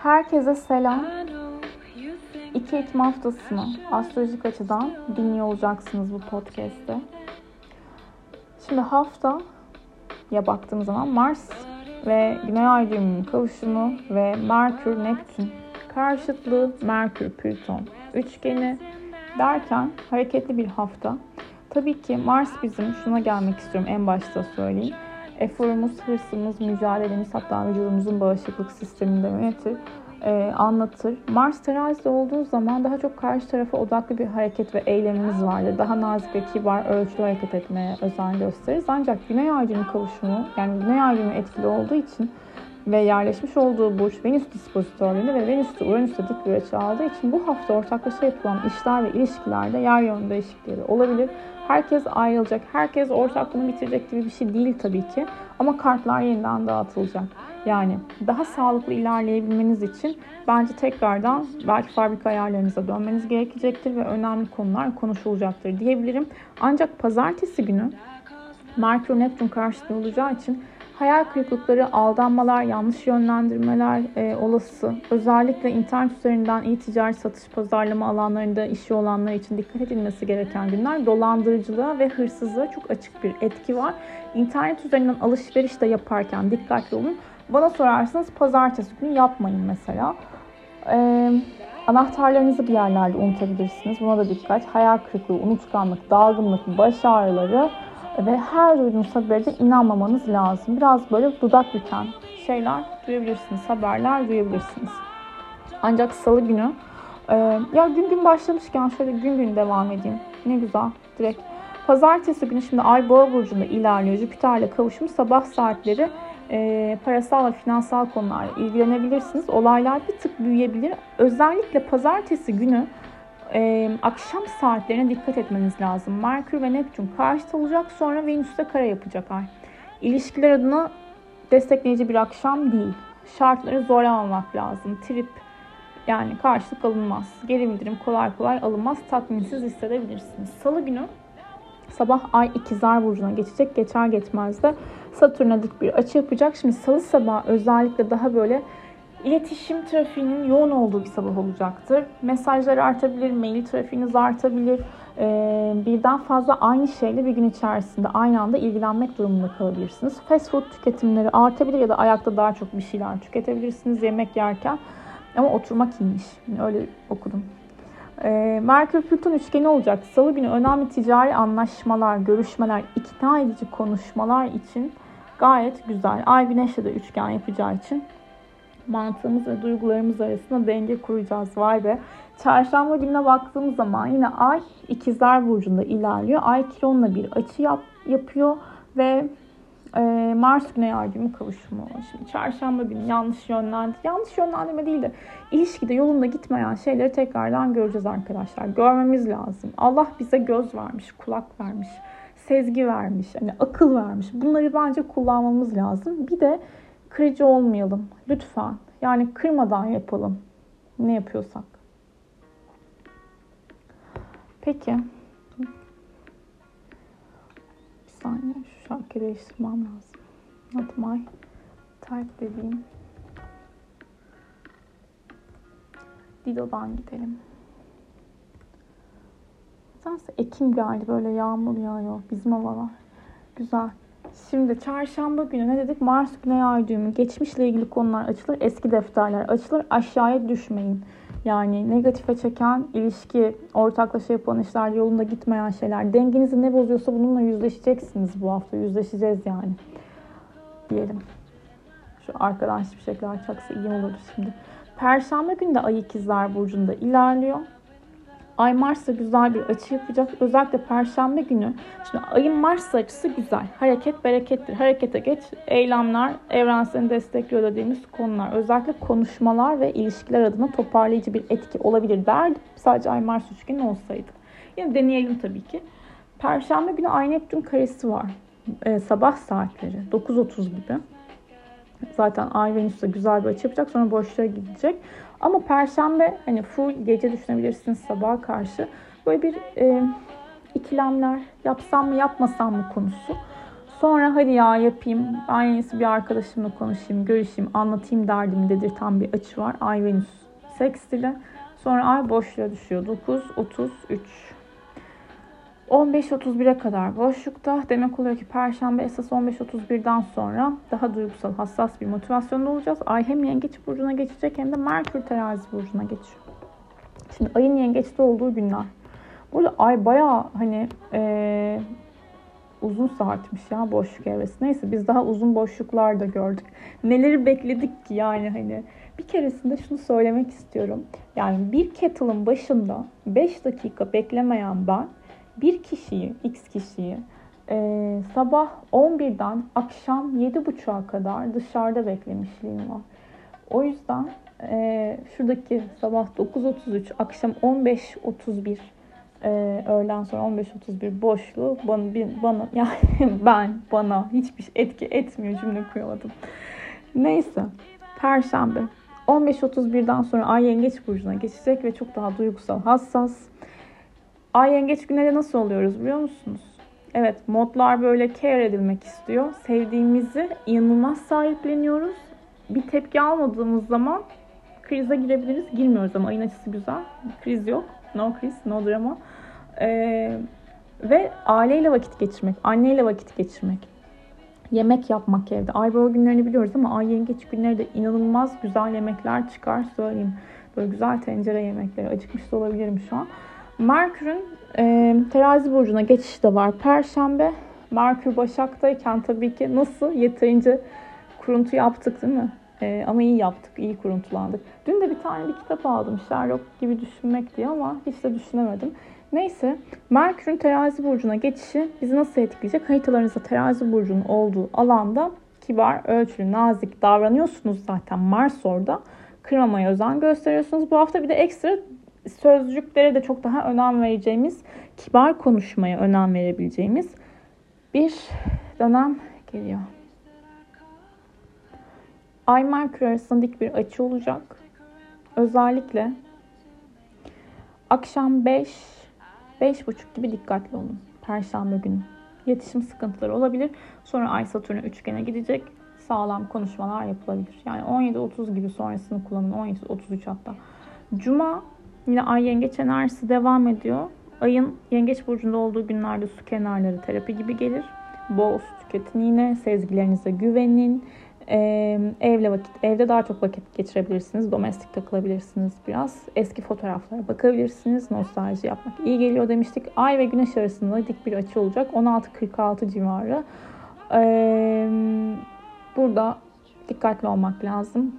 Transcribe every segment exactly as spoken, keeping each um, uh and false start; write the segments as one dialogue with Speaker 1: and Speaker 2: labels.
Speaker 1: Herkese selam. İki Ekim haftasını astrolojik açıdan dinliyor olacaksınız bu podcast'te. Şimdi haftaya baktığım zaman Mars ve Güney Ay düğümünün kavuşumu ve Merkür Neptün karşıtlığı, Merkür Plüton üçgeni derken hareketli bir hafta. Tabii ki Mars bizim, şuna gelmek istiyorum en başta söyleyeyim. Eforumuz, hırsımız, mücadelemiz, hatta vücudumuzun bağışıklık sisteminde yönetir, e, anlatır. Mars terazide olduğu zaman daha çok karşı tarafa odaklı bir hareket ve eylemimiz vardır. Daha nazik ve kibar, ölçülü hareket etmeye özen gösteririz. Ancak Güney Ay düğümü kavuşumu, yani Güney Ay düğümü etkili olduğu için ve yerleşmiş olduğu burç Venüs dispozitörlüğünde ve Venüs'te Uranüs'te dik bir açı aldığı için bu hafta ortaklaşa yapılan işler ve ilişkilerde yer yön değişiklikleri olabilir. Herkes ayrılacak, herkes ortaklığını bitirecek gibi bir şey değil tabii ki. Ama kartlar yeniden dağıtılacak. Yani daha sağlıklı ilerleyebilmeniz için bence tekrardan belki fabrika ayarlarınıza dönmeniz gerekecektir ve önemli konular konuşulacaktır diyebilirim. Ancak pazartesi günü Merkür Neptün karşıtı olacağı için hayal kırıklıkları, aldanmalar, yanlış yönlendirmeler e, olası. Özellikle internet üzerinden e-ticaret, satış, pazarlama alanlarında işi olanlar için dikkat edilmesi gereken günler. Dolandırıcılığa ve hırsızlığa çok açık bir etki var. İnternet üzerinden alışveriş de yaparken dikkatli olun. Bana sorarsanız pazartesi günü yapmayın mesela. Ee, anahtarlarınızı bir yerlerde unutabilirsiniz. Buna da dikkat. Hayal kırıklığı, unutkanlık, dalgınlık, baş ağrıları ve her duyduğunuz haberde inanmamanız lazım. Biraz böyle dudak büken şeyler duyabilirsiniz, haberler duyabilirsiniz. Ancak salı günü, e, ya gün gün başlamışken şöyle gün gün devam edeyim. Ne güzel, direkt. Pazartesi günü şimdi Ay Boğa burcunda ilerliyor. Jüpiter'le kavuşmuş sabah saatleri e, parasal ve finansal konularla ilgilenebilirsiniz. Olaylar bir tık büyüyebilir. Özellikle pazartesi günü Ee, akşam saatlerine dikkat etmeniz lazım. Merkür ve Neptün karşıt olacak. Sonra Venüs'te kare yapacak ay. İlişkiler adına destekleyici bir akşam değil. Şartları zorlamamak lazım. Trip, yani karşılık alınmaz. Geri bildirim kolay kolay alınmaz. Tatminsiz hissedebilirsiniz. Salı günü sabah Ay İkizler Burcu'na geçecek. Geçer geçmez de Satürn'e dik bir açı yapacak. Şimdi salı sabahı özellikle daha böyle İletişim trafiğinin yoğun olduğu bir sabah olacaktır. Mesajlar artabilir, mail trafiğiniz artabilir. Ee, birden fazla aynı şeyle bir gün içerisinde aynı anda ilgilenmek durumunda kalabilirsiniz. Fast food tüketimleri artabilir ya da ayakta daha çok bir şeyler tüketebilirsiniz yemek yerken. Ama oturmak iyiymiş. Yani öyle okudum. Ee, Merkür Plüton üçgeni olacak. Salı günü önemli ticari anlaşmalar, görüşmeler, ikna edici konuşmalar için gayet güzel. Ay Güneş'le de üçgen yapacağı için mantığımız ve duygularımız arasında denge kuracağız. Vay be. Çarşamba gününe baktığımız zaman yine Ay İkizler Burcu'nda ilerliyor. Ay Kiron'la bir açı yap, yapıyor ve e, Mars Güney Ay düğümü kavuşumu. Şimdi çarşamba günü yanlış yönlendirme, yanlış yönlendirme değil de ilişkide yolunda gitmeyen şeyleri tekrardan göreceğiz arkadaşlar. Görmemiz lazım. Allah bize göz vermiş, kulak vermiş, sezgi vermiş, hani akıl vermiş. Bunları bence kullanmamız lazım. Bir de kırıcı olmayalım lütfen. Yani kırmadan yapalım ne yapıyorsak. Peki. Bir saniye şu şarkıyı değiştirmem lazım. Not my type dediğim. Dido'dan gidelim. Nedense Ekim geldi, böyle yağmur yağıyor. Bizim havalar. Güzel. Şimdi çarşamba günü ne dedik? Mars Güney Ay düğümü. Geçmişle ilgili konular açılır. Eski defterler açılır. Aşağıya düşmeyin. Yani negatife çeken ilişki, ortaklaşa yapılan işler, yolunda gitmeyen şeyler. Dengenizi ne bozuyorsa bununla yüzleşeceksiniz bu hafta. Yüzleşeceğiz yani. Diyelim. Şu arkadan hiçbir şekilde çaksa iyi olurdu şimdi. Perşembe günü de Ay İkizler Burcu'nda ilerliyor. Ay Mars'la güzel bir açı yapacak. Özellikle Perşembe günü. Şimdi Ay'ın Mars'la açısı güzel. Hareket berekettir. Harekete geç. Eylemler evren seni destekliyor dediğimiz konular. Özellikle konuşmalar ve ilişkiler adına toparlayıcı bir etki olabilir derdim. Sadece Ay Mars üçgeni olsaydı. Yine deneyelim tabii ki. Perşembe günü Ay Neptün karesi var. Ee, sabah saatleri. dokuz otuz gibi. Zaten Ay Venüs'le güzel bir açı yapacak. Sonra boşluğa gidecek. Ama Perşembe hani full gece düşünebilirsiniz sabaha karşı. Böyle bir e, ikilemler, yapsam mı yapmasam mı konusu. Sonra hadi ya yapayım, ben en iyisi bir arkadaşımla konuşayım, görüşeyim, anlatayım derdimi dedirten bir açı var. Ay Venüs sekstili. Sonra ay boşluğa düşüyor. dokuz otuz üç. on beş otuz bire kadar boşlukta. Demek oluyor ki Perşembe esas on beş otuz birden sonra daha duygusal, hassas bir motivasyonda olacağız. Ay hem Yengeç burcuna geçecek hem de Merkür Terazi burcuna geçiyor. Şimdi ayın Yengeç'te olduğu günler. Burada ay bayağı hani ee, uzun saatmiş ya boşluk evresi. Neyse biz daha uzun boşluklar da gördük. Neleri bekledik ki yani hani. Bir keresinde şunu söylemek istiyorum. Yani bir kettle'ın başında beş dakika beklemeyen ben bir kişiyi, X kişiyi e, sabah on birden akşam yedi buçuğa kadar dışarıda beklemişliğim var. O yüzden e, şuradaki sabah dokuz otuz üç, akşam on beş otuz bir, e, öğleden sonra on beş otuz bir boşluğu bana, bana yani ben, bana hiçbir etki etmiyor, cümle kuramadım. Neyse, Perşembe on beş otuz birden sonra Ay Yengeç burcuna geçecek ve çok daha duygusal, hassas. Ay Yengeç günleri nasıl oluyoruz biliyor musunuz? Evet, modlar böyle care edilmek istiyor. Sevdiğimizi inanılmaz sahipleniyoruz. Bir tepki almadığımız zaman krize girebiliriz. Girmiyoruz ama ayın açısı güzel. Kriz yok. No kriz, no drama. Ee, ve aileyle vakit geçirmek, anneyle vakit geçirmek, yemek yapmak evde. Ay boğa günlerini biliyoruz ama Ay Yengeç günleri de inanılmaz güzel yemekler çıkar söyleyeyim. Böyle güzel tencere yemekleri. Acıkmış da olabilirim şu an. Merkür'ün e, Terazi burcuna geçişi de var Perşembe. Merkür Başak'tayken tabii ki nasıl yeterince kuruntu yaptık değil mi? E, ama iyi yaptık, iyi kuruntulandık. Dün de bir tane bir kitap aldım Sherlock gibi düşünmek diye ama hiç de düşünemedim. Neyse, Merkür'ün Terazi burcuna geçişi bizi nasıl etkileyecek? Haritalarınızda Terazi burcunun olduğu alanda kibar, ölçülü, nazik davranıyorsunuz zaten. Mars orada. Kırmamaya özen gösteriyorsunuz. Bu hafta bir de ekstra sözcüklere de çok daha önem vereceğimiz, kibar konuşmaya önem verebileceğimiz bir dönem geliyor. Ay Merkür arasında dik bir açı olacak. Özellikle akşam beş beş buçuk gibi dikkatli olun. Perşembe günü. İletişim sıkıntıları olabilir. Sonra Ay Satürn'e üçgene gidecek. Sağlam konuşmalar yapılabilir. Yani on yedi otuz gibi sonrasını kullanın. on yedi otuz üç hatta. Cuma yine Ay Yengeç enerjisi devam ediyor. Ayın Yengeç burcunda olduğu günlerde su kenarları terapi gibi gelir. Bol su tüketin yine. Sezgilerinize güvenin. Ee, evle vakit, evde daha çok vakit geçirebilirsiniz. Domestik takılabilirsiniz biraz. Eski fotoğraflara bakabilirsiniz. Nostalji yapmak iyi geliyor demiştik. Ay ve Güneş arasında dik bir açı olacak. on altı kırk altı civarı. Ee, burada dikkatli olmak lazım.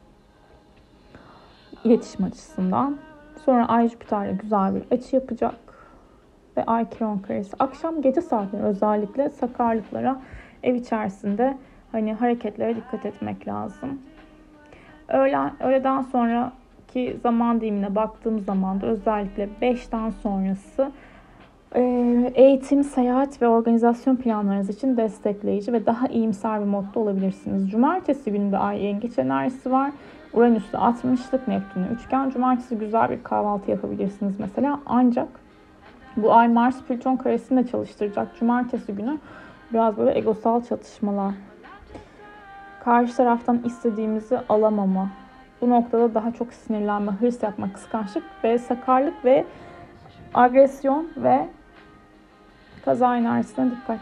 Speaker 1: İletişim açısından. Sonra Ay Jüpiter'le güzel bir açı yapacak. Ve Ay Kiron karesi. Akşam gece saatleri özellikle sakarlıklara, ev içerisinde hani hareketlere dikkat etmek lazım. Öğlen, öğleden sonraki zaman dilimine baktığım zaman da özellikle beşten sonrası eğitim, seyahat ve organizasyon planlarınız için destekleyici ve daha iyimser bir modda olabilirsiniz. Cumartesi günü de Ay Yengeç enerjisi var. Uranüs'te altmışlık, Neptün'e üçgen. Cumartesi güzel bir kahvaltı yapabilirsiniz mesela. Ancak bu Ay Mars Plüton karesini de çalıştıracak. Cumartesi günü biraz böyle egosal çatışmalar. Karşı taraftan istediğimizi alamama. Bu noktada daha çok sinirlenme, hırs yapma, kıskançlık ve sakarlık ve agresyon ve kaza enerjisine dikkat.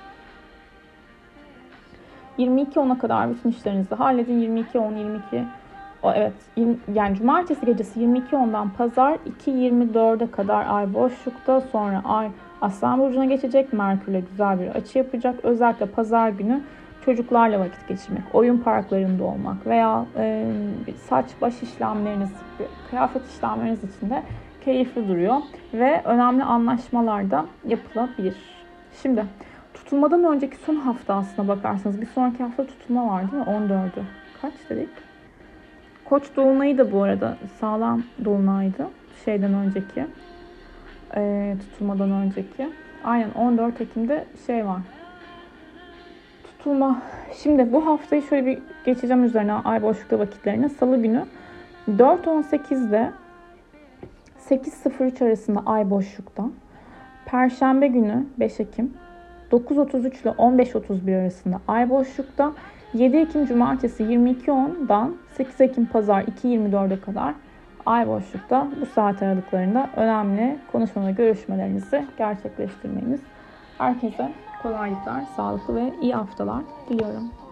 Speaker 1: yirmi iki ona kadar bütün işlerinizi halledin. yirmi iki on yirmi iki o evet yani cumartesi gecesi yirmi iki ondan pazar iki yirmi dörde kadar Ay boşlukta. Sonra Ay Aslan burcuna geçecek. Merkür'le güzel bir açı yapacak. Özellikle pazar günü çocuklarla vakit geçirmek, oyun parklarında olmak veya e, saç baş işlemleriniz, kıyafet işlemleriniz için de keyifli duruyor ve önemli anlaşmalar da yapılabilir. Şimdi tutulmadan önceki son hafta aslına bakarsanız bir sonraki hafta tutulma var değil mi? on dördü. Kaç dedik? Koç dolunayı da bu arada sağlam dolunaydı. Şeyden önceki. E, tutulmadan önceki. Aynen on dört Ekim'de şey var. Tutulma. Şimdi bu haftayı şöyle bir geçeceğim üzerine ay boşlukta vakitlerine. Salı günü dört on sekizde sekiz sıfır üç arasında ay boşlukta. Perşembe günü beş Ekim dokuz otuz üç ile on beş otuz bir arasında ay boşlukta. yedi Ekim Cumartesi yirmi iki ondan sekiz Ekim Pazar iki yirmi dörde kadar ay boşlukta bu saat aralıklarında önemli konuşma ve görüşmelerinizi gerçekleştirmeniz. Herkese kolaylıklar, sağlıklı ve iyi haftalar diliyorum.